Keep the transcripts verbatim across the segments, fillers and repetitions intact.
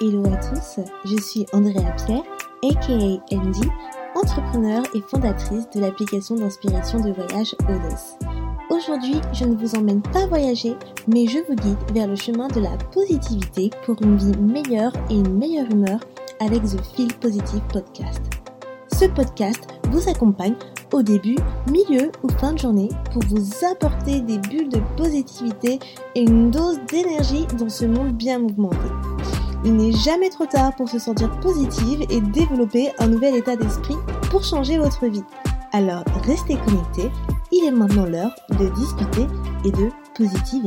Hello à tous, je suis Andrea Pierre, aka Andy, entrepreneur et fondatrice de l'application d'inspiration de voyage Odos. Aujourd'hui, je ne vous emmène pas voyager, mais je vous guide vers le chemin de la positivité pour une vie meilleure et une meilleure humeur avec The Feel Positive Podcast. Ce podcast vous accompagne au début, milieu ou fin de journée pour vous apporter des bulles de positivité et une dose d'énergie dans ce monde bien mouvementé. Il n'est jamais trop tard pour se sentir positive et développer un nouvel état d'esprit pour changer votre vie. Alors restez connectés, il est maintenant l'heure de discuter et de positiver.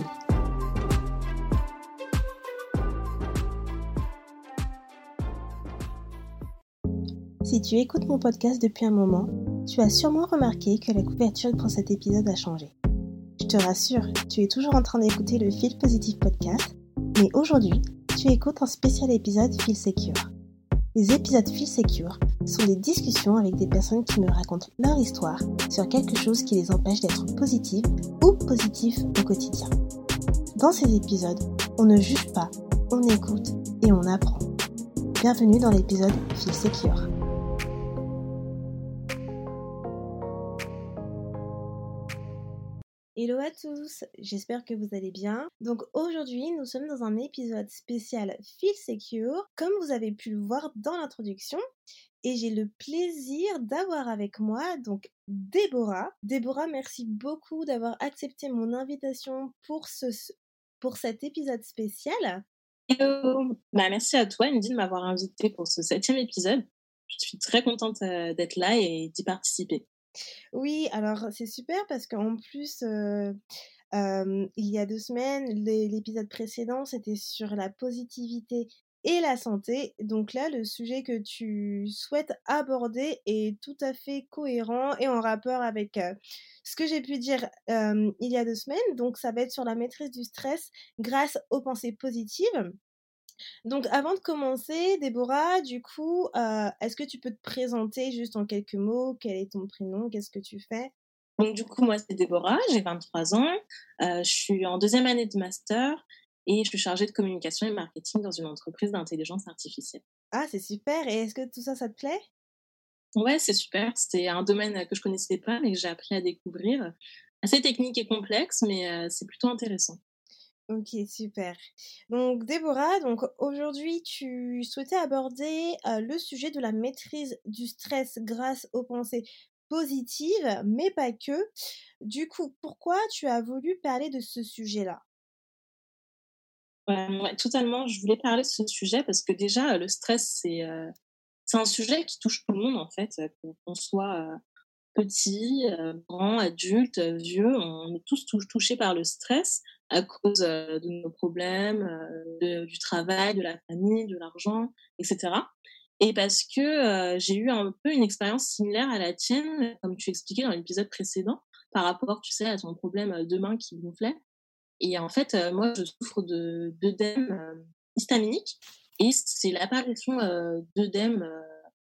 Si tu écoutes mon podcast depuis un moment, tu as sûrement remarqué que la couverture pour cet épisode a changé. Je te rassure, tu es toujours en train d'écouter le Feel Positive Podcast, mais aujourd'hui, tu écoutes un spécial épisode Feel Secure. Les épisodes Feel Secure sont des discussions avec des personnes qui me racontent leur histoire sur quelque chose qui les empêche d'être positives ou positifs au quotidien. Dans ces épisodes, on ne juge pas, on écoute et on apprend. Bienvenue dans l'épisode Feel Secure. Hello à tous, j'espère que vous allez bien. Donc aujourd'hui, nous sommes dans un épisode spécial Feel Secure, comme vous avez pu le voir dans l'introduction. Et j'ai le plaisir d'avoir avec moi donc Déborah. Déborah, merci beaucoup d'avoir accepté mon invitation pour, ce, pour cet épisode spécial. Hello, bah, merci à toi Andy de m'avoir invitée pour ce septième épisode. Je suis très contente euh, d'être là et d'y participer. Oui, alors c'est super parce qu'en plus, euh, euh, il y a deux semaines, l'épisode précédent, c'était sur la positivité et la santé. Donc là, le sujet que tu souhaites aborder est tout à fait cohérent et en rapport avec euh, ce que j'ai pu dire euh, il y a deux semaines. Donc ça va être sur la maîtrise du stress grâce aux pensées positives. Donc avant de commencer, Déborah, du coup, euh, est-ce que tu peux te présenter juste en quelques mots? Quel est ton prénom? Qu'est-ce que tu fais? Donc du coup, moi c'est Déborah, j'ai vingt-trois ans, euh, je suis en deuxième année de master et je suis chargée de communication et marketing dans une entreprise d'intelligence artificielle. Ah, c'est super. Et est-ce que tout ça, ça te plaît? Ouais, c'est super, c'était un domaine que je connaissais pas mais que j'ai appris à découvrir. Assez technique et complexe, mais euh, c'est plutôt intéressant. Ok, super. Donc, Déborah, donc aujourd'hui, tu souhaitais aborder euh, le sujet de la maîtrise du stress grâce aux pensées positives, mais pas que. Du coup, pourquoi tu as voulu parler de ce sujet-là? Ouais, ouais, totalement, je voulais parler de ce sujet parce que déjà, le stress, c'est euh, c'est un sujet qui touche tout le monde en fait, euh, qu'on qu'on soit euh, petit, euh, grand, adulte, euh, vieux, on est tous tou- touchés par le stress à cause euh, de nos problèmes, euh, de- du travail, de la famille, de l'argent, et cetera. Et parce que euh, j'ai eu un peu une expérience similaire à la tienne, comme tu expliquais dans l'épisode précédent, par rapport, tu sais, à ton problème euh, de main qui gonflait. Et en fait, euh, moi, je souffre de d'œdème euh, histaminique, et c'est l'apparition euh, d'œdème euh,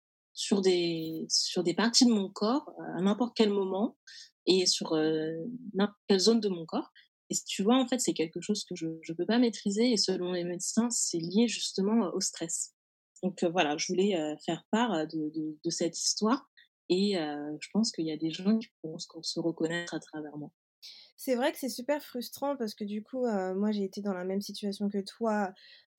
sur des sur des parties de mon corps, euh, à n'importe quel moment et sur, heu, n'importe quelle zone de mon corps. Et si tu vois, en fait, c'est quelque chose que je je peux pas maîtriser et selon les médecins, c'est lié justement, heu, au stress. Donc heu, voilà, je voulais, heu, faire part, heu, de de de cette histoire et heu, je pense qu'il y a des gens qui pourront se se reconnaître à travers moi. C'est vrai que c'est super frustrant parce que du coup, heu, moi j'ai été dans la même situation que toi,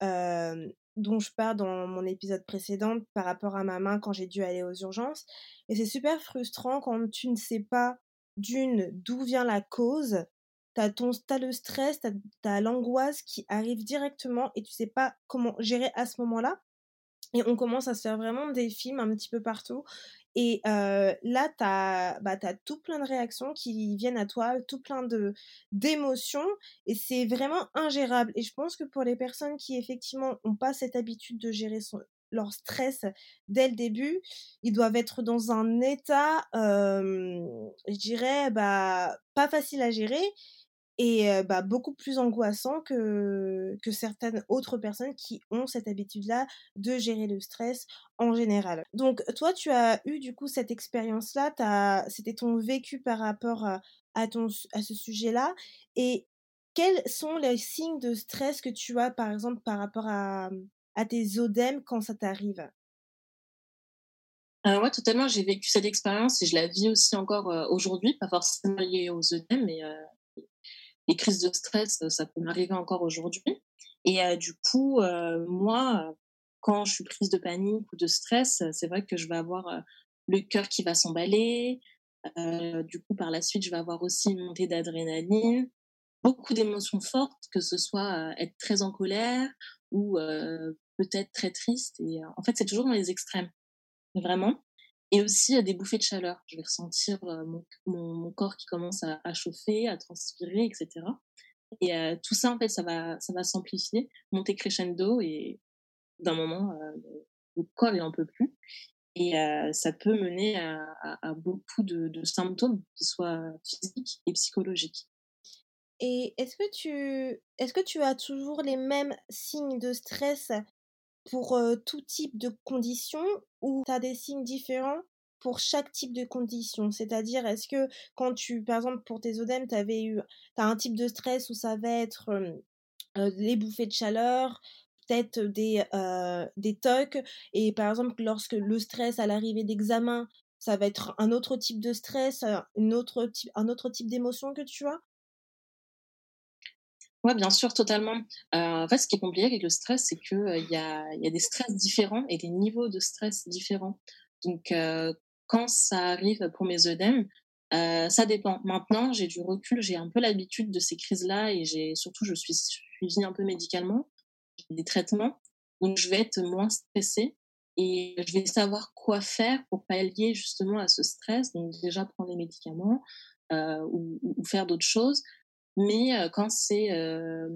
hem, dont je parle dans mon épisode précédent par rapport à ma main quand j'ai dû aller aux urgences et c'est super frustrant quand tu ne sais pas, d'une, d'où vient la cause. T'as ton tu le stress, t'as as l'angoisse qui arrive directement et tu sais pas comment gérer à ce moment-là. Et on commence à se faire vraiment des films un petit peu partout et heu, là tu as bah, tu as tout plein de réactions qui viennent à toi, tout plein de d'émotions et c'est vraiment ingérable et je pense que pour les personnes qui effectivement ont pas cette habitude de gérer son leur stress dès le début, ils doivent être dans un état, hem, je dirais, bah, pas facile à gérer et heu, bah, beaucoup plus angoissant que que certaines autres personnes qui ont cette habitude-là de gérer le stress en général. Donc toi, tu as eu du coup cette expérience-là, tu c'était ton vécu par rapport à à ton à ce sujet-là et quels sont les signes de stress que tu as, par exemple, par rapport à, mmh, à tes œdèmes quand ça t'arrive? Heu, ouais, totalement, j'ai vécu cette expérience et je la vis aussi encore, heu, aujourd'hui, pas forcément liée aux œdèmes, mais heu, les crises de stress, heu, ça peut m'arriver encore aujourd'hui et heu, du coup, heu, moi, heu, quand je suis prise de panique ou de stress, heu, c'est vrai que je vais avoir, heu, le cœur qui va s'emballer, heu, du coup, par la suite, je vais avoir aussi une montée d'adrénaline, beaucoup d'émotions fortes, que ce soit, heu, être très en colère ou heu, peut-être très triste et heu, en fait, c'est toujours dans les extrêmes. Vraiment et aussi, heu, des bouffées de chaleur. Je vais ressentir, heu, mon mon mon corps qui commence à à chauffer, à transpirer et cetera et heu, tout ça, en fait, ça va ça va s'amplifier, monter crescendo et d'un moment, heu, le le corps, il en peut plus et heu, ça peut mener à à à beaucoup de de symptômes, qui soient physiques et psychologiques. Et est-ce que tu est-ce que tu as toujours les mêmes signes de stress pour, heu, tout type de conditions ou tu as des signes différents pour chaque type de condition? C'est-à-dire, est-ce que quand tu par exemple, pour tes œdèmes, tu avais eu tu as un type de stress où ça va être, hem, heu, les bouffées de chaleur, peut-être des, heu, des tocs et par exemple, lorsque le stress à l'arrivée d'examen, ça va être un autre type de stress, heu, une autre type un autre type d'émotion que tu as? Ouais, bien sûr, totalement. Heu, en fait, ce qui est compliqué avec le stress, c'est que, heu, il y a il y a des stress différents et des niveaux de stress différents. Donc, heu, quand ça arrive pour mes œdèmes, heu, ça dépend. Maintenant, j'ai du recul, j'ai un peu l'habitude de ces crises-là et j'ai surtout, je suis suivie un peu médicalement, j'ai des traitements, donc je vais être moins stressée et je vais savoir quoi faire pour pallier justement à ce stress. Donc déjà prendre les médicaments, heu, ou ou ou faire d'autres choses. Mais heu, quand c'est, hem,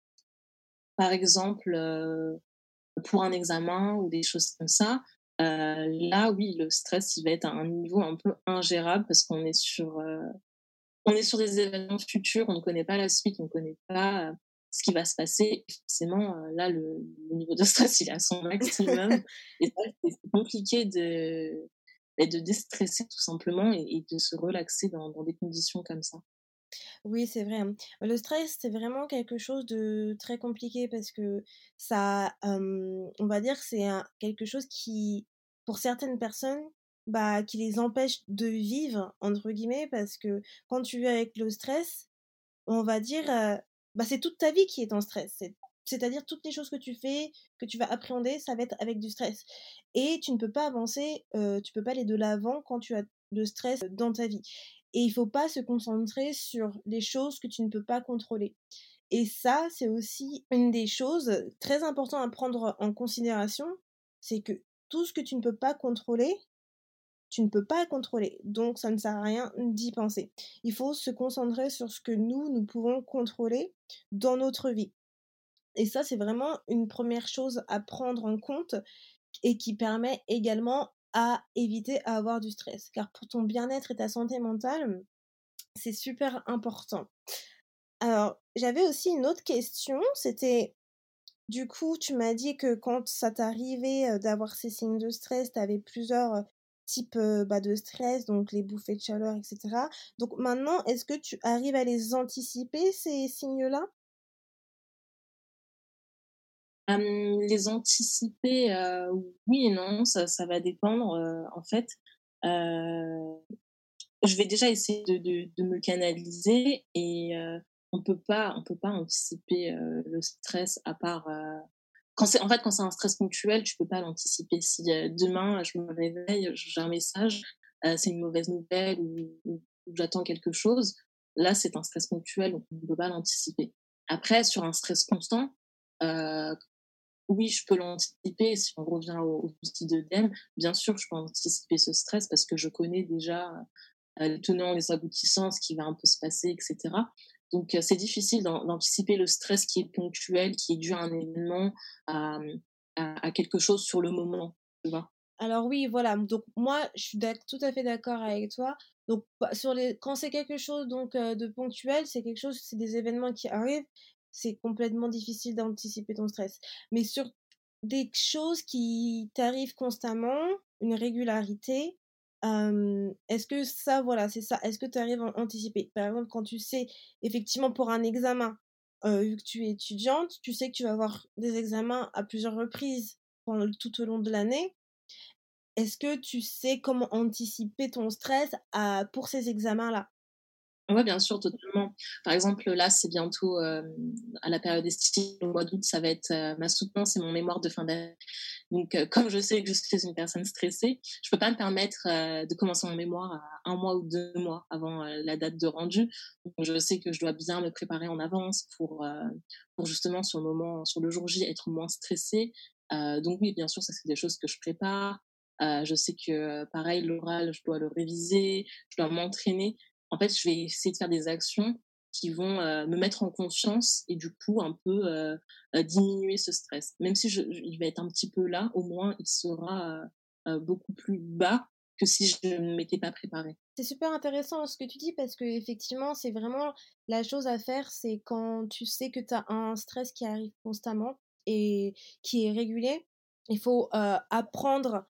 par exemple, heu, pour un examen ou des choses comme ça, heu, là, oui, le stress, il va être à un niveau un peu ingérable parce qu'on est sur, heu, on est sur des événements futurs, on ne connaît pas la suite, on ne connaît pas, heu, ce qui va se passer et forcément, heu, là, le le niveau de stress, il est à son maximum et c'est vrai que c'est compliqué de, beh, de déstresser tout simplement et et de se relaxer dans dans des conditions comme ça. Oui, c'est vrai, hein. Le stress, c'est vraiment quelque chose de très compliqué parce que ça, hem, on va dire que c'est un quelque chose qui, pour certaines personnes, bah, qui les empêche de «vivre» entre guillemets parce que quand tu vis avec le stress, on va dire, heu, bah, c'est toute ta vie qui est en stress. C'est c'est-à-dire toutes les choses que tu fais, que tu vas appréhender, ça va être avec du stress et tu ne peux pas avancer, heu, tu peux pas aller de l'avant quand tu as le stress dans ta vie et il faut pas se concentrer sur les choses que tu ne peux pas contrôler et ça, c'est aussi une des choses très importantes à prendre en considération, c'est que tout ce que tu ne peux pas contrôler, tu ne peux pas contrôler, donc ça ne sert à rien d'y penser. Il faut se concentrer sur ce que nous, nous pouvons contrôler dans notre vie et ça, c'est vraiment une première chose à prendre en compte et qui permet également à éviter à avoir du stress. Car pour ton bien-être et ta santé mentale, c'est super important. Alors, j'avais aussi une autre question, c'était du coup, tu m'as dit que quand ça t'arrivait, heu, d'avoir ces signes de stress, tu avais plusieurs, heu, types, heu, bah, de stress, donc les bouffées de chaleur et cetera. Donc maintenant, est-ce que tu arrives à les anticiper ces signes-là? Hem, les anticiper, heu, oui et non, ça ça va dépendre, heu, en fait. Heu, je vais déjà essayer de de de me canaliser et heu, on peut pas on peut pas anticiper, heu, le stress à part, heu, quand c'est en fait, quand c'est un stress ponctuel, tu peux pas l'anticiper. Si, heu, demain je me réveille, j'ai un message, heu, c'est une mauvaise nouvelle ou ou ou j'attends quelque chose, là, c'est un stress ponctuel, donc on ne peut pas l'anticiper. Après sur un stress constant, heu oui, je peux l'anticiper. Si on revient au au souci d'œdème, bien sûr, je peux anticiper ce stress parce que je connais déjà, heu, les tenants, les aboutissants, ce qui va un peu se passer et cetera. Donc heu, c'est difficile d'an d'anticiper le stress qui est ponctuel, qui est dû à un événement, à, mmh, à à quelque chose sur le moment, tu vois? Alors oui, voilà, donc moi, je suis d'ac tout à fait d'accord avec toi. Donc bah, sur les quand c'est quelque chose donc heu, de ponctuel, c'est quelque chose c'est des événements qui arrivent, c'est complètement difficile d'anticiper ton stress. Mais sur des choses qui t'arrivent constamment, une régularité, hem, est-ce que ça voilà, c'est ça, est-ce que tu arrives à anticiper? Par exemple, quand tu sais effectivement pour un examen, heu, vu que tu es étudiante, tu sais que tu vas avoir des examens à plusieurs reprises pendant tout au long de l'année. Est-ce que tu sais comment anticiper ton stress à pour ces examens-là? Ouais, bien sûr, totalement. Par exemple, là, c'est bientôt, hem, à la période estivale, au mois d'août, ça va être, heu, ma soutenance et mon mémoire de fin d'année. Donc, heu, comme je sais que je suis une personne stressée, je peux pas me permettre, heu, de commencer mon mémoire à un mois ou deux mois avant, heu, la date de rendu. Donc je sais que je dois bien me préparer en avance pour, heu, pour justement sur le moment sur le jour J, être moins stressée. Heu, donc oui, bien sûr, ça, c'est des choses que je prépare. Heu, je sais que, heu, pareil, l'oral, je dois le réviser, je dois m'entraîner. En fait, je vais essayer de faire des actions qui vont, heu, me mettre en confiance et du coup un peu, heu heu, diminuer ce stress. Même si je je il va être un petit peu là, au moins il sera, heu heu, beaucoup plus bas que si je ne m'étais pas préparée. C'est super intéressant ce que tu dis parce qu'effectivement, c'est vraiment la chose à faire, c'est quand tu sais que tu as un stress qui arrive constamment et qui est régulier, il faut, heu, apprendre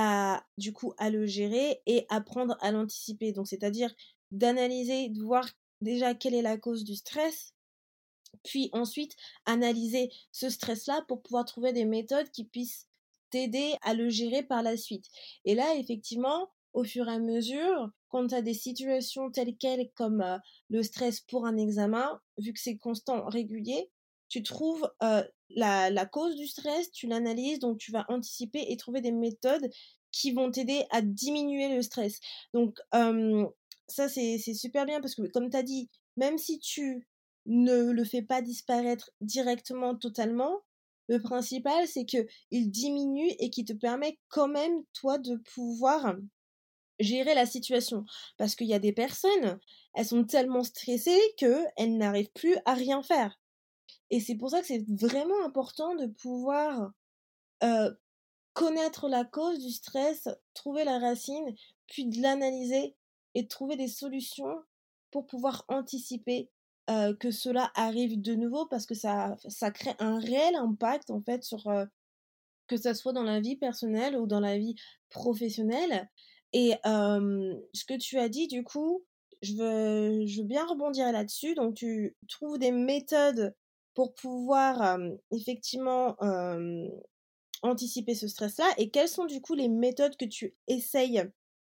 à du coup, à le gérer et apprendre à l'anticiper. Donc c'est-à-dire d'analyser, de voir déjà quelle est la cause du stress, puis ensuite analyser ce stress-là pour pouvoir trouver des méthodes qui puissent t'aider à le gérer par la suite. Et là, effectivement, au fur et à mesure, quand tu as des situations telles quelles comme euh, le stress pour un examen, vu que c'est constant, régulier, tu trouves euh, la, la cause du stress, tu l'analyses, donc tu vas anticiper et trouver des méthodes qui vont t'aider à diminuer le stress. Donc euh, ça, c'est c'est super bien parce que comme tu as dit, même si tu ne le fait pas disparaître directement, totalement. Le principal, c'est qu'il diminue et qu'il te permet quand même, toi, de pouvoir gérer la situation. Parce qu'il y a des personnes, elles sont tellement stressées qu'elles n'arrivent plus à rien faire. Et c'est pour ça que c'est vraiment important de pouvoir euh, connaître la cause du stress, trouver la racine, puis de l'analyser et de trouver des solutions pour pouvoir anticiper, heu, que cela arrive de nouveau parce que ça ça crée un réel impact en fait sur, heu, que ça soit dans la vie personnelle ou dans la vie professionnelle et hem, ce que tu as dit du coup, je veux je veux bien rebondir là-dessus. Donc tu trouves des méthodes pour pouvoir, hem, effectivement, hem anticiper ce stress-là et quelles sont du coup les méthodes que tu essayes,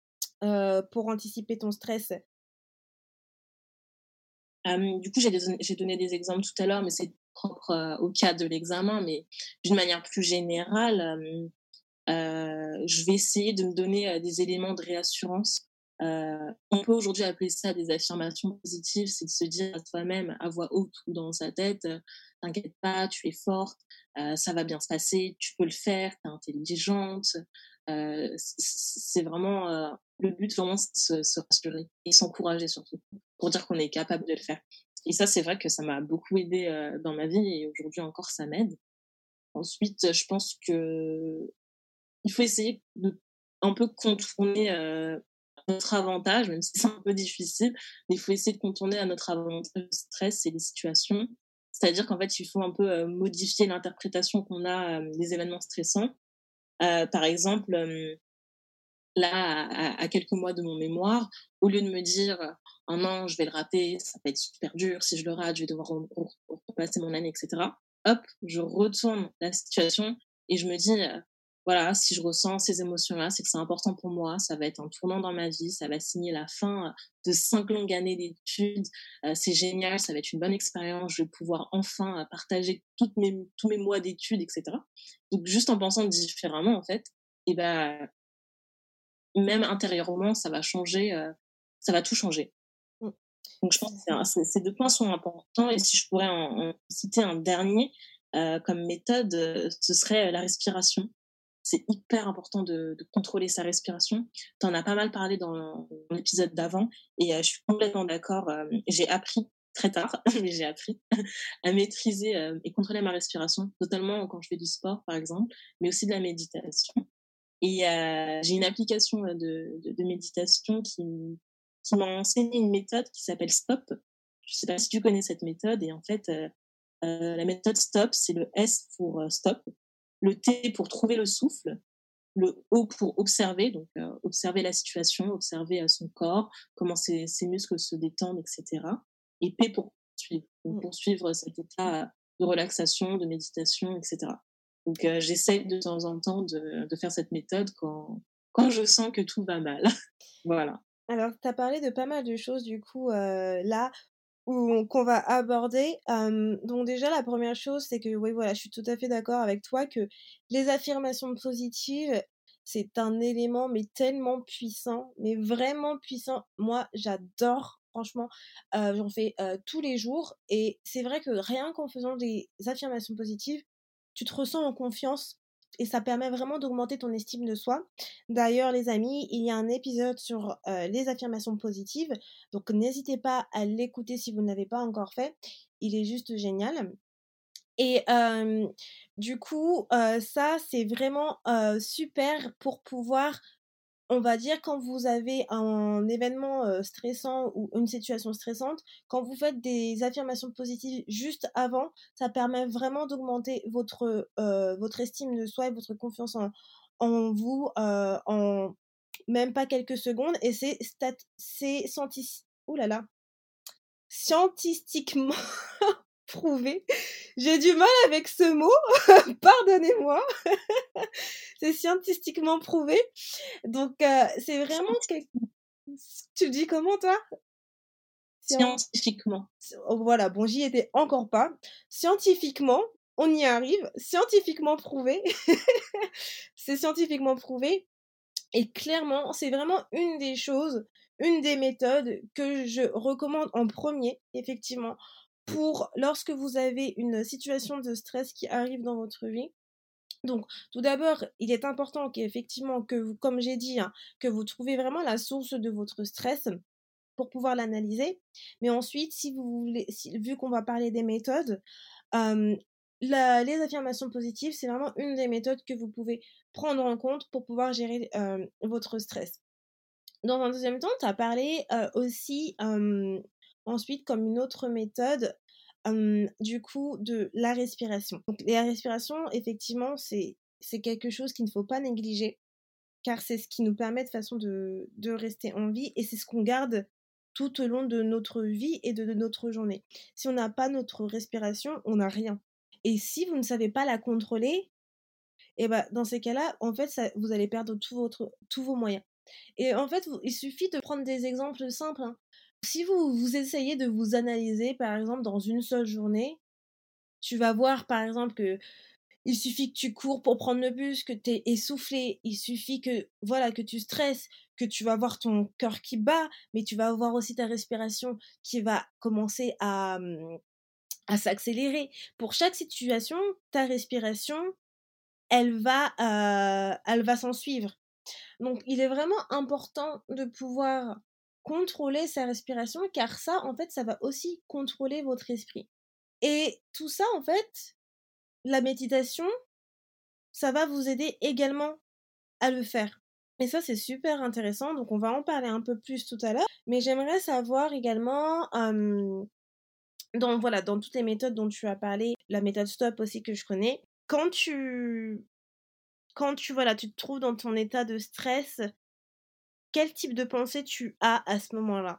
heu, pour anticiper ton stress? Hem, du coup, j'ai des j'ai donné des exemples tout à l'heure, mais c'est propre, heu, au cas de l'examen, mais d'une manière plus générale, hem, heu, je vais essayer de me donner, heu, des éléments de réassurance. Heu, on peut aujourd'hui appeler ça des affirmations positives, c'est de se dire à soi-même à voix haute ou dans sa tête, heu: «T'inquiète pas, tu es forte, heu, ça va bien se passer, tu peux le faire, tu es intelligente». Heu, c c c'est vraiment, heu, le but vraiment c'est de se se rassurer et s'encourager surtout, pour dire qu'on est capable de le faire. Et ça, c'est vrai que ça m'a beaucoup aidée, heu, dans ma vie et aujourd'hui encore ça m'aide. Ensuite, je pense que il faut essayer de un peu contourner, heu, notre avantage, même si c'est un peu difficile, mais il faut essayer de contourner à notre avantage le stress et les situations. C'est-à-dire qu'en fait, il faut un peu, heu, modifier l'interprétation qu'on a, hem, des événements stressants. Heu, par exemple, hem, là, à à quelques mois de mon mémoire, au lieu de me dire: «Oh non, je vais le rater, ça va être super dur, si je le rate, je vais devoir re re repasser mon année» et cetera. Hop, je retourne la situation et je me dis, heu: «Voilà, si je ressens ces émotions-là, c'est que c'est important pour moi, ça va être un tournant dans ma vie, ça va signer la fin, de cinq longues années d'études, heu, c'est génial, ça va être une bonne expérience, je vais pouvoir enfin, heu, partager toutes mes tous mes mois d'études» et cetera. Donc juste en pensant différemment, en fait, et ben même intérieurement, ça va changer, heu, ça va tout changer. Mmh. Donc je pense que c'est un c'est ces deux points sont importants et si je pourrais en en citer un dernier, heu, comme méthode, heu, ce serait, heu, la respiration. C'est hyper important de de contrôler sa respiration. Tu en as pas mal parlé dans l'épisode d'avant et heu, je suis complètement d'accord, hem, j'ai appris très tard, mais j'ai appris à maîtriser, heu et contrôler ma respiration, notamment quand je fais du sport, par exemple, mais aussi de la méditation. Et heu, j'ai une application, heu, de de de méditation qui m qui m'a enseigné une méthode qui s'appelle Stop. Je sais pas si tu connais cette méthode et en fait, heu heu, la méthode Stop, c'est le S pour, heu, stop, le T pour trouver le souffle, le O pour observer, donc heu, observer la situation, observer, heu, son corps, comment ses ses muscles se détendent et cetera et P pour poursuivre. poursuivre, donc Mmh. poursuivre cet état de relaxation, de méditation, et cetera. Donc heu, j'essaie de temps en temps de de faire cette méthode quand quand je sens que tout va mal. Voilà. Alors, tu as parlé de pas mal de choses du coup, heu, là, où qu'on va aborder. Hem, donc déjà la première chose, c'est que oui, voilà, je suis tout à fait d'accord avec toi que les affirmations positives, c'est un élément mais tellement puissant, mais vraiment puissant. Moi, j'adore, franchement, heu, j'en fais, heu, tous les jours et c'est vrai que rien qu'en faisant des affirmations positives, tu te ressens en confiance et ça permet vraiment d'augmenter ton estime de soi. D'ailleurs, les amis, il y a un épisode sur, heu, les affirmations positives, donc n'hésitez pas à l'écouter si vous ne l'avez pas encore fait. Il est juste génial et hem, du coup, heu, ça, c'est vraiment, heu, super pour pouvoir, on va dire, quand vous avez un événement, heu, stressant ou une situation stressante, quand vous faites des affirmations positives juste avant, ça permet vraiment d'augmenter votre, heu, votre estime de soi et votre confiance en en vous, heu, en même pas quelques secondes et c'est stat c'est scientis ouh là là, scientistiquement prouvé. J'ai du mal avec ce mot, pardonnez-moi. C'est scientistiquement prouvé, donc heu, c'est vraiment quelque Scientifiquement. tu dis comment toi? Scien Scientifiquement. oh voilà, bon j'y étais encore pas. Scientifiquement, on y arrive, scientifiquement prouvé. C'est scientifiquement prouvé et clairement, c'est vraiment une des choses, une des méthodes que je recommande en premier, effectivement, pour lorsque vous avez une situation de stress qui arrive dans votre vie. Donc, tout d'abord, il est important qu'effectivement, que vous, comme j'ai dit, hein, que vous trouviez vraiment la source de votre stress pour pouvoir l'analyser. Mais ensuite, si vous voulez, si, vu qu'on va parler des méthodes, euh, la- les affirmations positives, c'est vraiment une des méthodes que vous pouvez prendre en compte pour pouvoir gérer euh, votre stress. Dans un deuxième temps, tu as parlé euh, aussi euh, ensuite comme une autre méthode euh, du coup de la respiration. Donc la respiration, effectivement, c'est c'est quelque chose qu'il ne faut pas négliger car c'est ce qui nous permet de façon de, de rester en vie et c'est ce qu'on garde tout au long de notre vie et de, de notre journée. Si on n'a pas notre respiration, on n'a rien. Et si vous ne savez pas la contrôler, et ben dans ces cas-là, en fait, ça, vous allez perdre tout votre, tous vos moyens. Et en fait, vous- il suffit de prendre des exemples simples, hein. Si vous, vous essayez de vous analyser, par exemple, dans une seule journée, tu vas voir, par exemple, que il suffit que tu cours pour prendre le bus, que tu es essoufflé, il suffit que voilà que tu stresses, que tu vas voir ton cœur qui bat, mais tu vas avoir aussi ta respiration qui va commencer à, mmh, à s'accélérer. Pour chaque situation, ta respiration, elle va, heu, elle va s'en suivre. Donc il est vraiment important de pouvoir contrôler sa respiration car ça, en fait, ça va aussi contrôler votre esprit. Et tout ça, en fait, la méditation, ça va vous aider également à le faire. Et ça, c'est super intéressant, donc on va en parler un peu plus tout à l'heure. Mais j'aimerais savoir également, hem, dans voilà, dans toutes les méthodes dont tu as parlé, la méthode STOP aussi que je connais, quand tu quand tu voilà, tu te trouves dans ton état de stress, quel type de pensée tu as à ce moment-là?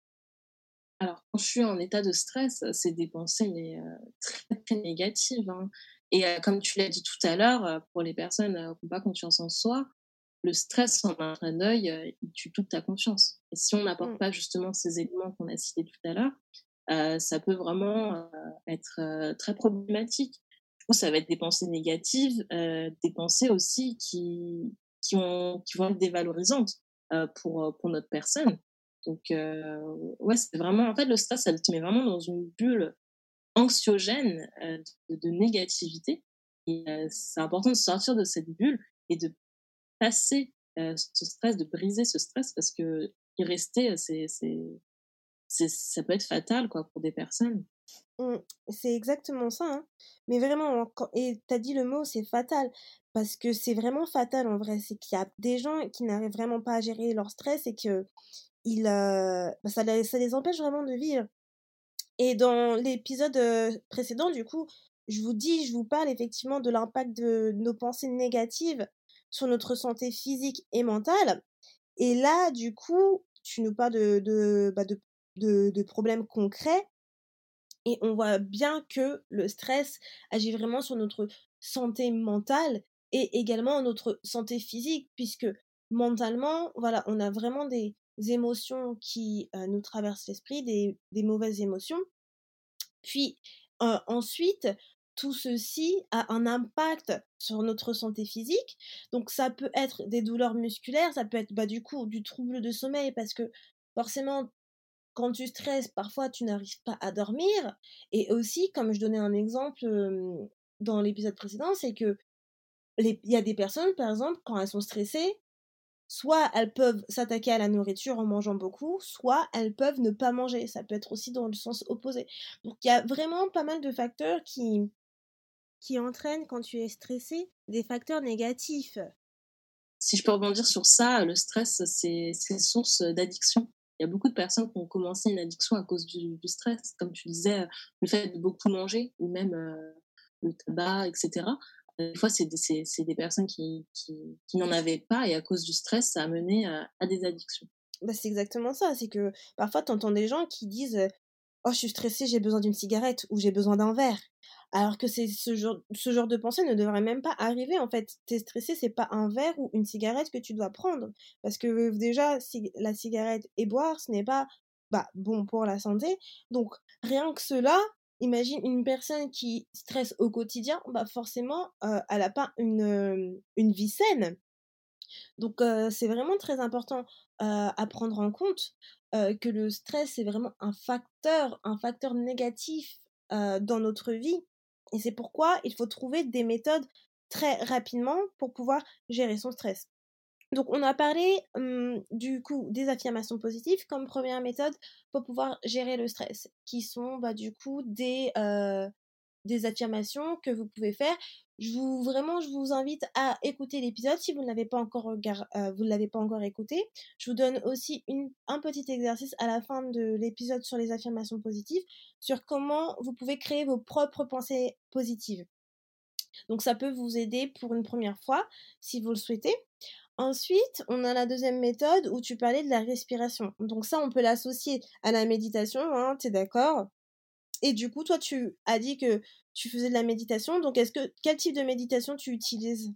Alors, quand je suis en état de stress, c'est des pensées mais, heu, très, très négatives, hein, et heu, comme tu l'as dit tout à l'heure, heu, pour les personnes, heu, qui ont pas confiance en soi, le stress en un clin d'œil, heu, il tue toute ta confiance, et si on n'apporte Mmh, pas justement ces éléments qu'on a cités tout à l'heure, heu, ça peut vraiment, heu, être, heu, très problématique. Du coup, ça va être des pensées négatives, heu, des pensées aussi qui qui ont qui vont être dévalorisantes, heu, pour, heu, pour notre personne. Donc heu, ouais, c'est vraiment en fait, le stress, ça te met vraiment dans une bulle anxiogène, heu, de de négativité, et heu, c'est important de sortir de cette bulle et de passer, heu, ce stress, de briser ce stress parce que y rester, heu, c'est c'est c'est ça peut être fatal, quoi, pour des personnes. mmh, c'est exactement ça, hein. Mais vraiment, hein, quand et tu as dit le mot, c'est fatal, parce que c'est vraiment fatal en vrai. C'est qu'il y a des gens qui n'arrivent vraiment pas à gérer leur stress et qu'ils, heu, bah, ça les ça les empêche vraiment de vivre. Et dans l'épisode, heu, précédent, du coup, je vous dis je vous parle effectivement de l'impact de nos pensées négatives sur notre santé physique et mentale. Et là, du coup, tu nous parles de de, bah, de de de problèmes concrets Et on voit bien que le stress agit vraiment sur notre santé mentale et également notre santé physique, puisque mentalement, voilà, on a vraiment des émotions qui euh, nous traversent l'esprit, des, des mauvaises émotions. Puis euh, ensuite, tout ceci a un impact sur notre santé physique. Donc ça peut être des douleurs musculaires, ça peut être bah, du coup du trouble de sommeil, parce que forcément quand tu stresses, parfois tu n'arrives pas à dormir. Et aussi, comme je donnais un exemple euh, dans l'épisode précédent, c'est que les- il y a des personnes, par exemple, quand elles sont stressées, soit elles peuvent s'attaquer à la nourriture en mangeant beaucoup, soit elles peuvent ne pas manger. Ça peut être aussi dans le sens opposé. Donc il y a vraiment pas mal de facteurs qui, qui entraînent, quand tu es stressé, des facteurs négatifs. Si je peux rebondir sur ça, le stress, c'est c'est source d'addiction. Il y a beaucoup de personnes qui ont commencé une addiction à cause du, du stress, comme tu disais, le fait de beaucoup manger ou même euh, le tabac, et cetera. Des fois, c'est des, c'est, c'est des personnes qui, qui, qui n'en avaient pas et à cause du stress, ça a mené à, à des addictions. Bah, c'est exactement ça. C'est que parfois, tu entends des gens qui disent «Oh, je suis stressée, j'ai besoin d'une cigarette» ou «J'ai besoin d'un verre». Alors que c'est ce genre ce genre de pensée ne devrait même pas arriver, en fait. Tu es stressé, c'est pas un verre ou une cigarette que tu dois prendre. Parce que, heu, déjà, ci la cigarette et boire, ce n'est pas, bah, bon pour la santé. Donc rien que cela, imagine une personne qui stresse au quotidien, bah, forcément, heu, elle a pas une, hem, une vie saine. Donc heu, c'est vraiment très important, heu, à prendre en compte, heu, que le stress, c'est vraiment un facteur un facteur négatif, heu, dans notre vie, et c'est pourquoi il faut trouver des méthodes très rapidement pour pouvoir gérer son stress. Donc on a parlé, hem, du coup, des affirmations positives comme première méthode pour pouvoir gérer le stress, qui sont, bah, du coup, des, heu des affirmations que vous pouvez faire. Je vous vraiment, je vous invite à écouter l'épisode si vous ne l'avez pas encore regard heu, vous ne l'avez pas encore écouté. Je vous donne aussi une un petit exercice à la fin de l'épisode sur les affirmations positives, sur comment vous pouvez créer vos propres pensées positives. Donc ça peut vous aider pour une première fois, si vous le souhaitez. Ensuite, on a la deuxième méthode où tu parlais de la respiration. Donc ça, on peut l'associer à la méditation, hein, tu es d'accord? Et du coup, toi, tu as dit que tu faisais de la méditation, donc est-ce que quel type de méditation tu utilises?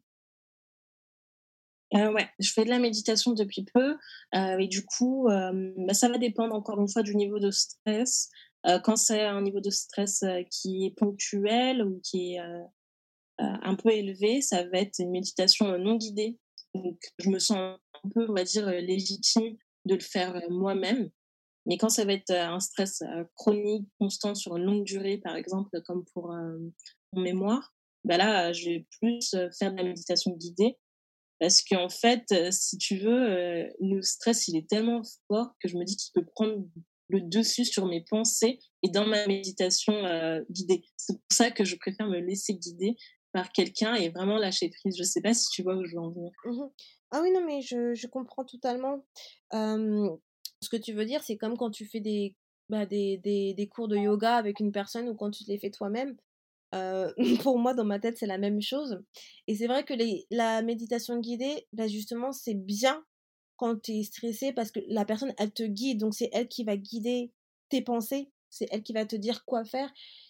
Euh, ouais, je fais de la méditation depuis peu euh, et du coup, euh, bah, ça va dépendre encore une fois du niveau de stress. Euh, quand c'est un niveau de stress euh, qui est ponctuel ou qui est euh, euh, un peu élevé, ça va être une méditation euh, non guidée. Donc, je me sens un peu, on va dire, euh, légitime de le faire euh, moi-même. Mais quand ça va être euh, un stress euh, chronique, constant sur une longue durée, par exemple, comme pour euh, mon mémoire, bah là, euh, je vais plus euh, faire de la méditation guidée. Parce qu'en fait, euh, si tu veux, euh, le stress, il est tellement fort que je me dis qu'il peut prendre le dessus sur mes pensées et dans ma méditation euh, guidée. C'est pour ça que je préfère me laisser guider par quelqu'un et vraiment lâcher prise. Je sais pas si tu vois où je veux en venir. Mmh. Ah oui, non, mais je je comprends totalement. Hem, Ce que tu veux dire, c'est comme quand tu fais des, bah, des des des cours de yoga avec une personne ou quand tu te les fais toi-même. Heu, pour moi, dans ma tête, c'est la même chose, et c'est vrai que les la méditation guidée, bah, justement, c'est bien quand tu es stressé parce que la personne, elle te guide, donc c'est elle qui va guider tes pensées, c'est elle qui va te dire quoi faire.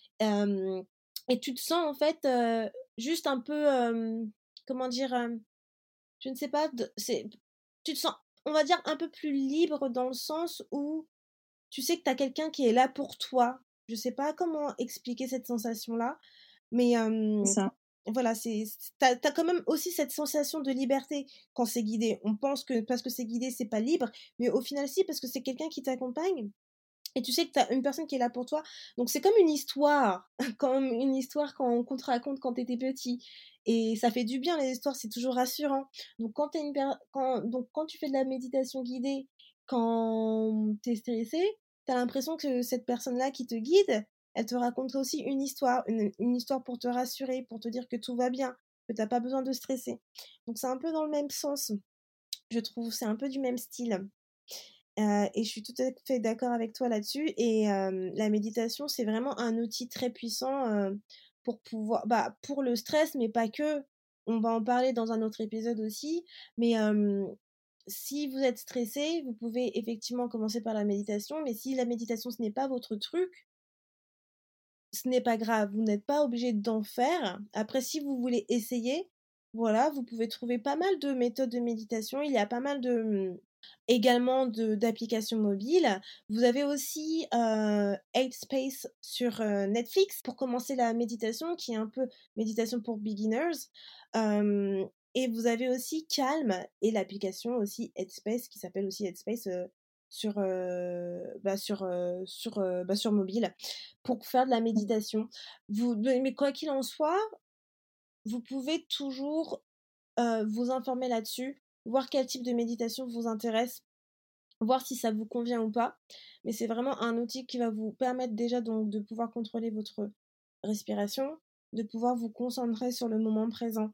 Hem Et tu te sens, en fait, heu, juste un peu, hem, comment dire? Hem, je ne sais pas, de c'est tu te sens, on va dire, un peu plus libre dans le sens où tu sais que tu as quelqu'un qui est là pour toi. Je sais pas comment expliquer cette sensation-là, mais C'est hem, ça. voilà, c'est c tu as quand même aussi cette sensation de liberté quand c'est guidé. On pense que parce que c'est guidé, c'est pas libre, mais au final si, parce que c'est quelqu'un qui t'accompagne et tu sais que tu as une personne qui est là pour toi. Donc c'est comme une histoire, comme une histoire qu'on qu'on te raconte quand tu étais petit, et ça fait du bien les histoires, c'est toujours rassurant. Donc quand tu une per quand donc quand tu fais de la méditation guidée, quand tu es stressé, tu as l'impression que cette personne-là qui te guide, elle te raconte aussi une histoire, une une histoire pour te rassurer, pour te dire que tout va bien, que tu as pas besoin de stresser. Donc c'est un peu dans le même sens, je trouve, c'est un peu du même style. Heu et je suis tout à fait d'accord avec toi là-dessus, et hem, la méditation, c'est vraiment un outil très puissant, heu, pour pouvoir, bah, pour le stress, mais pas que. On va en parler dans un autre épisode aussi, mais hem, si vous êtes stressé, vous pouvez effectivement commencer par la méditation, mais si la méditation, ce n'est pas votre truc, ce n'est pas grave, vous n'êtes pas obligé d'en faire. Après, si vous voulez essayer, voilà, vous pouvez trouver pas mal de méthodes de méditation. Il y a pas mal de, mmh, également de d'applications mobiles. Vous avez aussi, heu, Headspace sur, heu, Netflix pour commencer la méditation, qui est un peu méditation pour beginners. Hem et vous avez aussi Calm et l'application aussi Headspace qui s'appelle aussi Headspace, heu, sur, heu, bah, sur, heu, sur, heu, bah, sur mobile pour faire de la méditation. Vous mais mais quoi qu'il en soit, vous pouvez toujours, heu, vous informer là-dessus, voir quel type de méditation vous intéresse, voir si ça vous convient ou pas. Mais c'est vraiment un outil qui va vous permettre déjà donc de pouvoir contrôler votre respiration, de pouvoir vous concentrer sur le moment présent.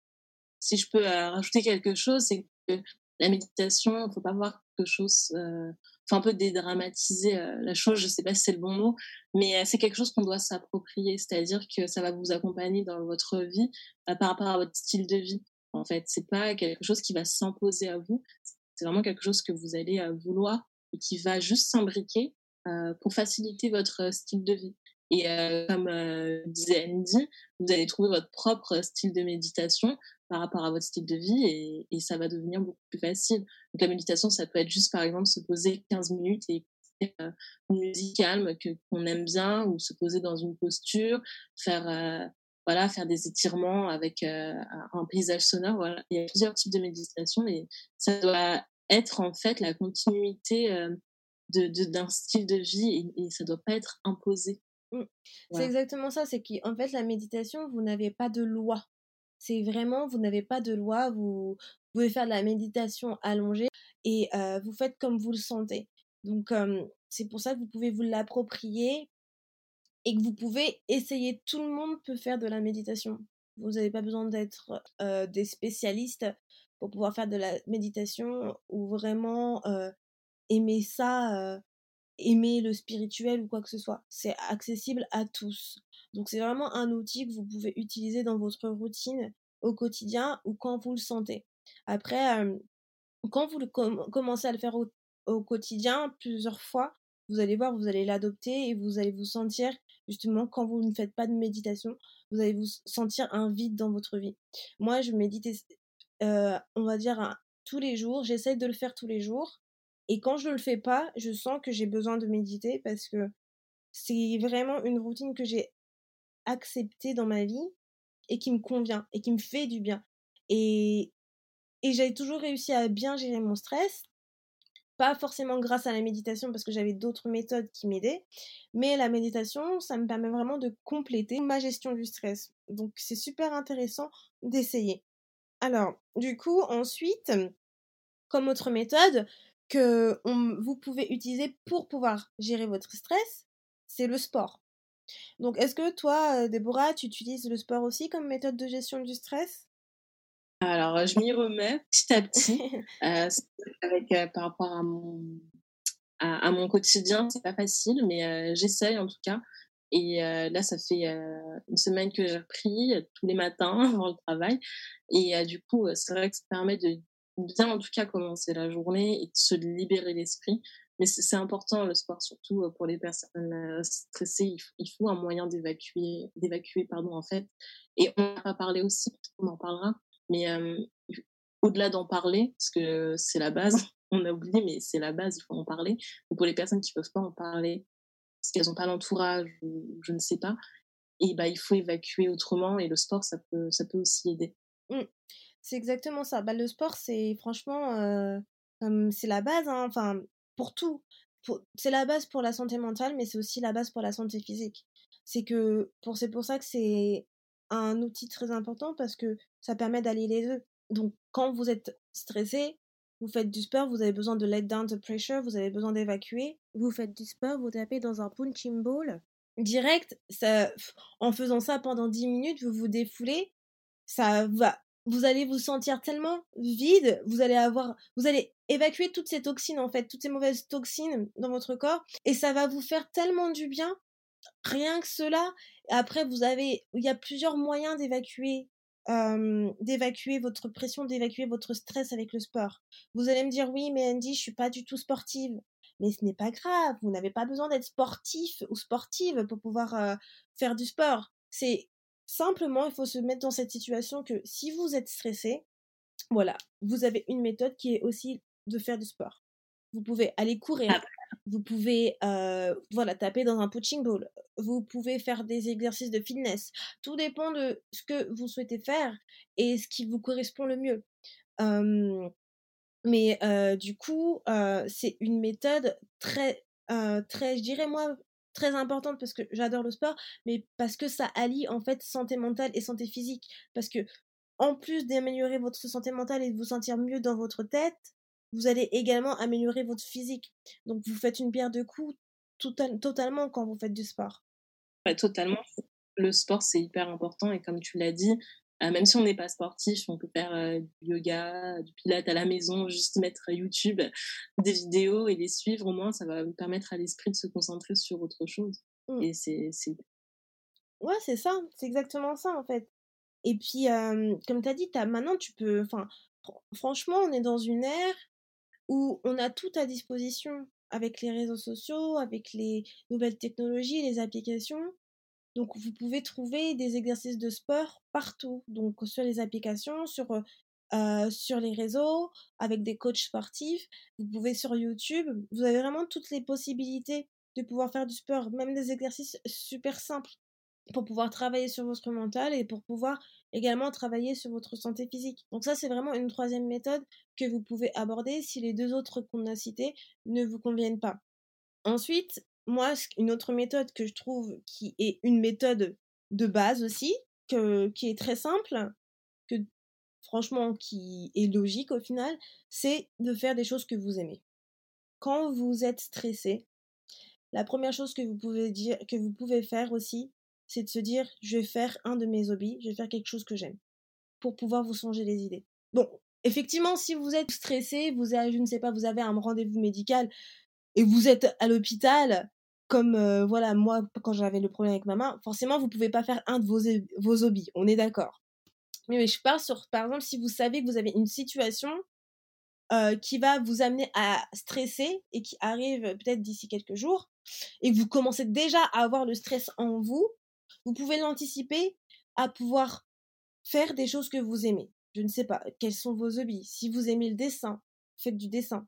Si je peux euh, rajouter quelque chose, c'est que la méditation, il faut pas voir quelque chose, euh, faut un peu dédramatiser euh, la chose, je sais pas si c'est le bon mot, mais euh, c'est quelque chose qu'on doit s'approprier, c'est-à-dire que ça va vous accompagner dans votre vie euh, par rapport à votre style de vie. En fait, c'est pas quelque chose qui va s'imposer à vous, c'est vraiment quelque chose que vous allez euh, vouloir et qui va juste s'imbriquer euh, pour faciliter votre euh, style de vie. Et euh, comme euh, disait Andy, vous allez trouver votre propre style de méditation par rapport à votre style de vie et, et ça va devenir beaucoup plus facile. Donc la méditation, ça peut être juste par exemple se poser quinze minutes et écouter euh, une musique calme que, qu'on aime bien ou se poser dans une posture, faire, euh, voilà, faire des étirements avec euh, un paysage sonore. Voilà. Il y a plusieurs types de méditation et ça doit être en fait la continuité euh, de, de, d'un style de vie et, et ça doit pas être imposé. Mmh. C'est Voilà. exactement ça, c'est qu'en fait, la méditation, vous n'avez pas de loi. C'est vraiment, vous n'avez pas de loi, vous pouvez faire de la méditation allongée et heu, vous faites comme vous le sentez. Donc hem, c'est pour ça que vous pouvez vous l'approprier et que vous pouvez essayer. Tout le monde peut faire de la méditation. Vous n'avez pas besoin d'être, heu, des spécialistes pour pouvoir faire de la méditation ou vraiment, heu, aimer ça, heu aimer le spirituel ou quoi que ce soit. C'est accessible à tous. Donc c'est vraiment un outil que vous pouvez utiliser dans votre routine au quotidien ou quand vous le sentez. Après, hem, quand vous le com commencez à le faire au au quotidien plusieurs fois, vous allez voir, vous allez l'adopter et vous allez vous sentir justement quand vous ne faites pas de méditation, vous allez vous s sentir un vide dans votre vie. Moi, je médite s on va dire un tous les jours, j'essaye de le faire tous les jours et quand je ne le fais pas, je sens que j'ai besoin de méditer parce que c'est vraiment une routine que j'ai acceptée dans ma vie et qui me convient et qui me fait du bien et et j'ai toujours réussi à bien gérer mon stress, pas forcément grâce à la méditation parce que j'avais d'autres méthodes qui m'aidaient, mais la méditation, ça me permet vraiment de compléter ma gestion du stress. Donc c'est super intéressant d'essayer. Alors, du coup, ensuite, comme autre méthode que on vous pouvez utiliser pour pouvoir gérer votre stress, c'est le sport. Donc est-ce que toi, heu, Déborah, tu utilises le sport aussi comme méthode de gestion du stress? Alors, heu, je m'y remets petit à petit, heu, c'est vrai qu'avec, heu, par rapport à mon à à mon quotidien, c'est pas facile, mais heu, j'essaye en tout cas et heu, là, ça fait, heu, une semaine que j'ai repris, heu, tous les matins avant le travail et heu, du coup, heu, c'est vrai que ça permet de bien, en tout cas, commencer la journée et de se libérer l'esprit. Mais c'est c'est important le sport, surtout, heu, pour les personnes, heu, stressées. Il f il faut un moyen d'évacuer d'évacuer, pardon, en fait et on en a pas parlé aussi, peut-être qu'on en parlera, mais hem, au-delà d'en parler, parce que c'est la base, on a oublié, mais c'est la base, il faut en parler. Donc pour les personnes qui peuvent pas en parler, parce qu'elles ont pas l'entourage ou je ne sais pas, et bah, il faut évacuer autrement et le sport, ça peut ça peut aussi aider. Mmh. C'est exactement ça. Bah, le sport, c'est franchement, heu, comme c'est la base, hein, enfin, pour tout. Pour c'est la base pour la santé mentale, mais c'est aussi la base pour la santé physique. C'est que pour c'est pour ça que c'est un outil très important parce que ça permet d'allier les deux. Donc quand vous êtes stressé, vous faites du sport, vous avez besoin de let down the pressure, vous avez besoin d'évacuer, vous faites du sport, vous tapez dans un punching ball, direct, ça en faisant ça pendant dix minutes, vous vous défoulez, ça va vous allez vous sentir tellement vide, vous allez avoir vous allez évacuer toutes ces toxines, en fait, toutes ces mauvaises toxines dans votre corps et ça va vous faire tellement du bien, rien que cela. Après vous avez il y a plusieurs moyens d'évacuer, hem, d'évacuer votre pression, d'évacuer votre stress avec le sport. Vous allez me dire: «Oui, mais Andy, je suis pas du tout sportive». mais ce n'est pas grave, vous n'avez pas besoin d'être sportif ou sportive pour pouvoir euh, faire du sport. C'est simplement, il faut se mettre dans cette situation que si vous êtes stressé, voilà, vous avez une méthode qui est aussi de faire du sport. Vous pouvez aller courir, vous pouvez euh, voilà, taper dans un punching ball, vous pouvez faire des exercices de fitness. Tout dépend de ce que vous souhaitez faire et ce qui vous correspond le mieux. Euh, mais euh, du coup, euh, c'est une méthode très, euh, très, je dirais moi, très importante parce que j'adore le sport, mais parce que ça allie en fait santé mentale et santé physique. Parce que en plus d'améliorer votre santé mentale et de vous sentir mieux dans votre tête, vous allez également améliorer votre physique. Donc vous faites une pierre deux coups total- totalement quand vous faites du sport. Ouais, totalement. Le sport, c'est hyper important et comme tu l'as dit, euh, même si on n'est pas sportif, on peut faire euh, du yoga, du pilates à la maison, juste mettre YouTube, des vidéos et les suivre. Au moins, ça va permettre à l'esprit de se concentrer sur autre chose. Mm. Et c'est, c'est... Ouais, c'est ça, c'est exactement ça en fait. Et puis, euh, comme tu as dit, t'as, maintenant tu peux, enfin, fr- franchement, on est dans une ère où on a tout à disposition avec les réseaux sociaux, avec les nouvelles technologies, les applications. Donc, vous pouvez trouver des exercices de sport partout. Donc, sur les applications, sur, euh, euh, sur les réseaux, avec des coachs sportifs. Vous pouvez sur YouTube. Vous avez vraiment toutes les possibilités de pouvoir faire du sport, même des exercices super simples pour pouvoir travailler sur votre mental et pour pouvoir également travailler sur votre santé physique. Donc ça, c'est vraiment une troisième méthode que vous pouvez aborder si les deux autres qu'on a citées ne vous conviennent pas. Ensuite, moi, une autre méthode que je trouve qui est une méthode de base aussi, que, qui est très simple, que franchement, qui est logique au final, c'est de faire des choses que vous aimez. Quand vous êtes stressé, la première chose que vous pouvez dire, que vous pouvez faire aussi, c'est de se dire, je vais faire un de mes hobbies, je vais faire quelque chose que j'aime, pour pouvoir vous changer les idées. Bon, effectivement, si vous êtes stressé, vous avez, je ne sais pas, vous avez un rendez-vous médical et vous êtes à l'hôpital, comme euh, voilà, moi, quand j'avais le problème avec ma main, forcément, vous pouvez pas faire un de vos, vos hobbies, on est d'accord. Mais, mais je parle sur, par exemple, si vous savez que vous avez une situation euh, qui va vous amener à stresser et qui arrive peut-être d'ici quelques jours, et que vous commencez déjà à avoir le stress en vous, vous pouvez l'anticiper à pouvoir faire des choses que vous aimez. Je ne sais pas, quels sont vos hobbies. Si vous aimez le dessin, faites du dessin.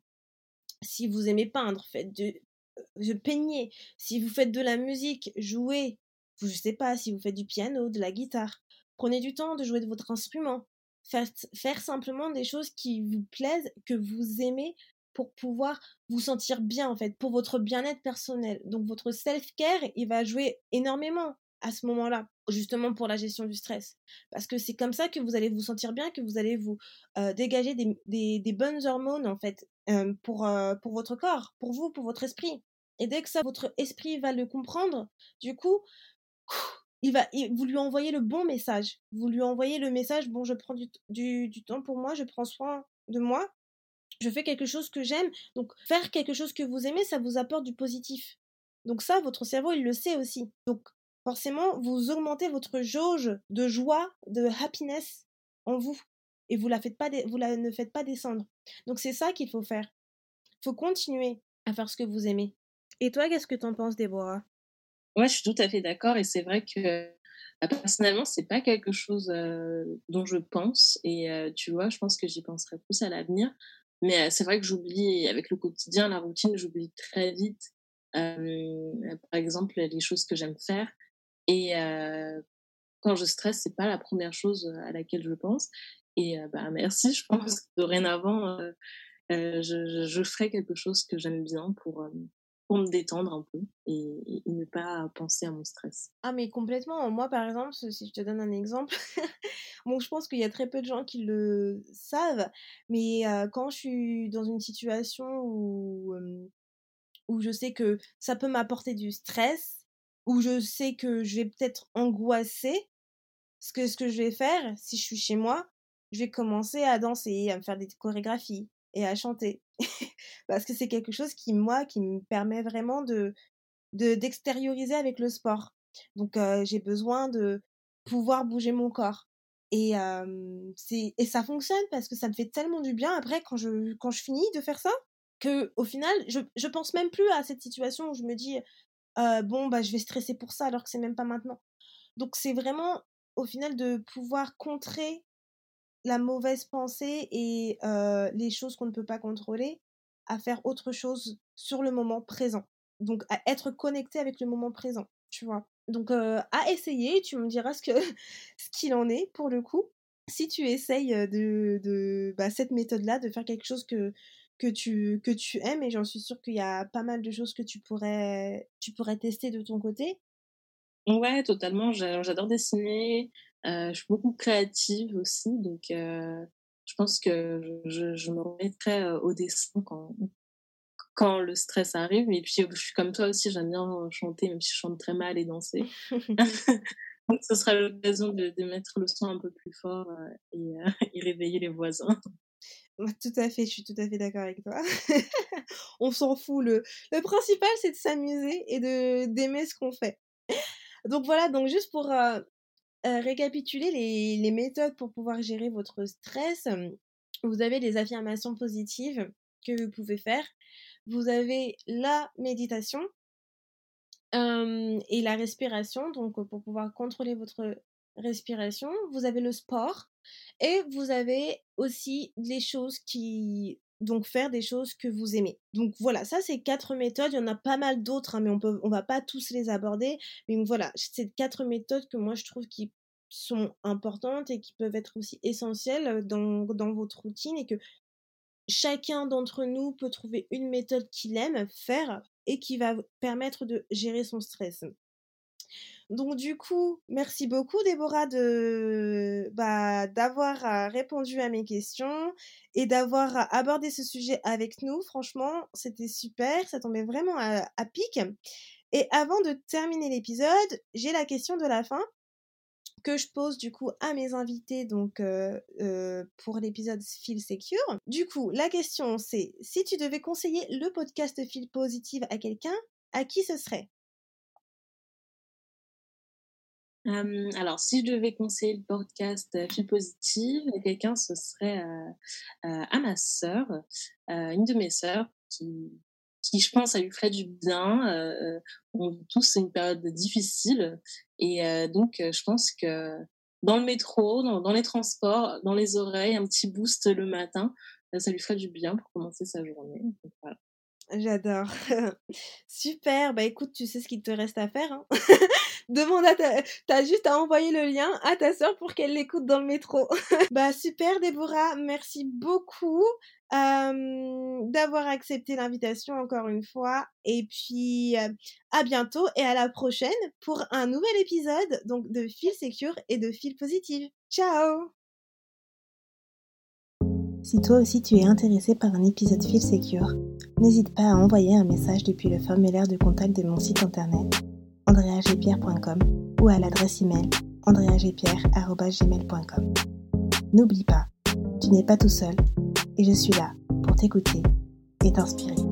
Si vous aimez peindre, faites de, de peigner. Si vous faites de la musique, jouez. Je ne sais pas, si vous faites du piano, de la guitare. Prenez du temps de jouer de votre instrument. Faites, faire simplement des choses qui vous plaisent, que vous aimez, pour pouvoir vous sentir bien, en fait, pour votre bien-être personnel. Donc, votre self-care, il va jouer énormément à ce moment-là, justement pour la gestion du stress. Parce que c'est comme ça que vous allez vous sentir bien, que vous allez vous euh, dégager des, des, des bonnes hormones, en fait, euh, pour, euh, pour votre corps, pour vous, pour votre esprit. Et dès que ça, votre esprit va le comprendre, du coup, il va, il, vous lui envoyez le bon message. Vous lui envoyez le message, bon, je prends du, du, du temps pour moi, je prends soin de moi, je fais quelque chose que j'aime. Donc, faire quelque chose que vous aimez, ça vous apporte du positif. Donc ça, votre cerveau, il le sait aussi. Donc, forcément, vous augmentez votre jauge de joie, de happiness en vous. Et vous la faites pas, vous la ne faites pas descendre. Donc, c'est ça qu'il faut faire. Il faut continuer à faire ce que vous aimez. Et toi, qu'est-ce que t'en penses, Déborah? Ouais, je suis tout à fait d'accord et c'est vrai que bah, personnellement, c'est pas quelque chose euh, dont je pense et euh, tu vois, je pense que j'y penserai plus à l'avenir. Mais euh, c'est vrai que j'oublie, avec le quotidien, la routine, j'oublie très vite, euh, par exemple, les choses que j'aime faire. Et euh, quand je stresse, c'est pas la première chose à laquelle je pense. Et euh, bah, merci, je pense que dorénavant, euh, euh, je, je, je ferai quelque chose que j'aime bien pour, euh, pour me détendre un peu et, et ne pas penser à mon stress. Ah mais complètement. Moi, par exemple, si je te donne un exemple, bon, je pense qu'il y a très peu de gens qui le savent, mais euh, quand je suis dans une situation où, euh, où je sais que ça peut m'apporter du stress, où je sais que je vais peut-être angoisser, ce que, ce que je vais faire, si je suis chez moi, je vais commencer à danser, à me faire des chorégraphies et à chanter. Parce que c'est quelque chose qui, moi, qui me permet vraiment de, de d'extérioriser avec le sport. Donc euh, j'ai besoin de pouvoir bouger mon corps. Et, euh, c'est, et ça fonctionne parce que ça me fait tellement du bien après quand je, quand je finis de faire ça. que au final, je, je pense même plus à cette situation où je me dis euh, bon, bah, je vais stresser pour ça alors que c'est même pas maintenant. Donc, c'est vraiment au final de pouvoir contrer la mauvaise pensée et euh, les choses qu'on ne peut pas contrôler à faire autre chose sur le moment présent. Donc, à être connecté avec le moment présent, tu vois. Donc, euh, à essayer, tu me diras ce, que, ce qu'il en est pour le coup. Si tu essayes de, de bah, cette méthode-là, de faire quelque chose que, que, tu, que tu aimes, et j'en suis sûre qu'il y a pas mal de choses que tu pourrais, tu pourrais tester de ton côté. Ouais, totalement. J'a- J'adore dessiner. Euh, je suis beaucoup créative aussi, donc euh, je pense que je, je me remettrai euh, au dessin quand, quand le stress arrive. Et puis, je suis comme toi aussi, j'aime bien chanter, même si je chante très mal et danser. Donc, ce sera l'occasion de, de mettre le son un peu plus fort euh, et, euh, et réveiller les voisins. Ouais, tout à fait, je suis tout à fait d'accord avec toi. On s'en fout. Le, le principal, c'est de s'amuser et de d'aimer ce qu'on fait. Donc voilà, donc juste pour euh, euh, récapituler les, les méthodes pour pouvoir gérer votre stress, euh, vous avez les affirmations positives que vous pouvez faire. Vous avez la méditation euh, et la respiration, donc euh, pour pouvoir contrôler votre respiration. Vous avez le sport et vous avez aussi les choses qui... Donc faire des choses que vous aimez. Donc voilà, ça c'est quatre méthodes. Il y en a pas mal d'autres, hein, mais on peut, on va pas tous les aborder. Mais voilà, c'est quatre méthodes que moi je trouve qui sont importantes et qui peuvent être aussi essentielles dans, dans votre routine et que chacun d'entre nous peut trouver une méthode qu'il aime faire et qui va permettre de gérer son stress. Donc du coup, merci beaucoup Déborah de bah, d'avoir euh, répondu à mes questions et d'avoir euh, abordé ce sujet avec nous. Franchement, c'était super, ça tombait vraiment à, à pic. Et avant de terminer l'épisode, j'ai la question de la fin que je pose du coup à mes invités donc euh, euh, pour l'épisode Feel Secure. Du coup, la question c'est si tu devais conseiller le podcast Feel Positive à quelqu'un, à qui ce serait? Euh, alors, si je devais conseiller le podcast euh, Feel Positive à quelqu'un, ce serait euh, euh, à ma sœur, euh, une de mes sœurs, qui, qui, je pense, ça lui ferait du bien. Euh, on vit tous une période difficile. Et euh, donc, euh, je pense que dans le métro, dans, dans les transports, dans les oreilles, un petit boost le matin, euh, ça lui ferait du bien pour commencer sa journée. Donc, voilà. J'adore. Super, bah écoute, tu sais ce qu'il te reste à faire, hein. Demande à ta... T'as juste à envoyer le lien à ta sœur pour qu'elle l'écoute dans le métro. Bah super Déborah, merci beaucoup euh, d'avoir accepté l'invitation encore une fois. Et puis euh, à bientôt et à la prochaine pour un nouvel épisode donc de Feel Secure et de Feel Positive. Ciao! Si toi aussi tu es intéressé par un épisode Feel Secure, n'hésite pas à envoyer un message depuis le formulaire de contact de mon site internet andrea g pierre point com ou à l'adresse email andrea g pierre arobase gmail point com. N'oublie pas, tu n'es pas tout seul et je suis là pour t'écouter et t'inspirer.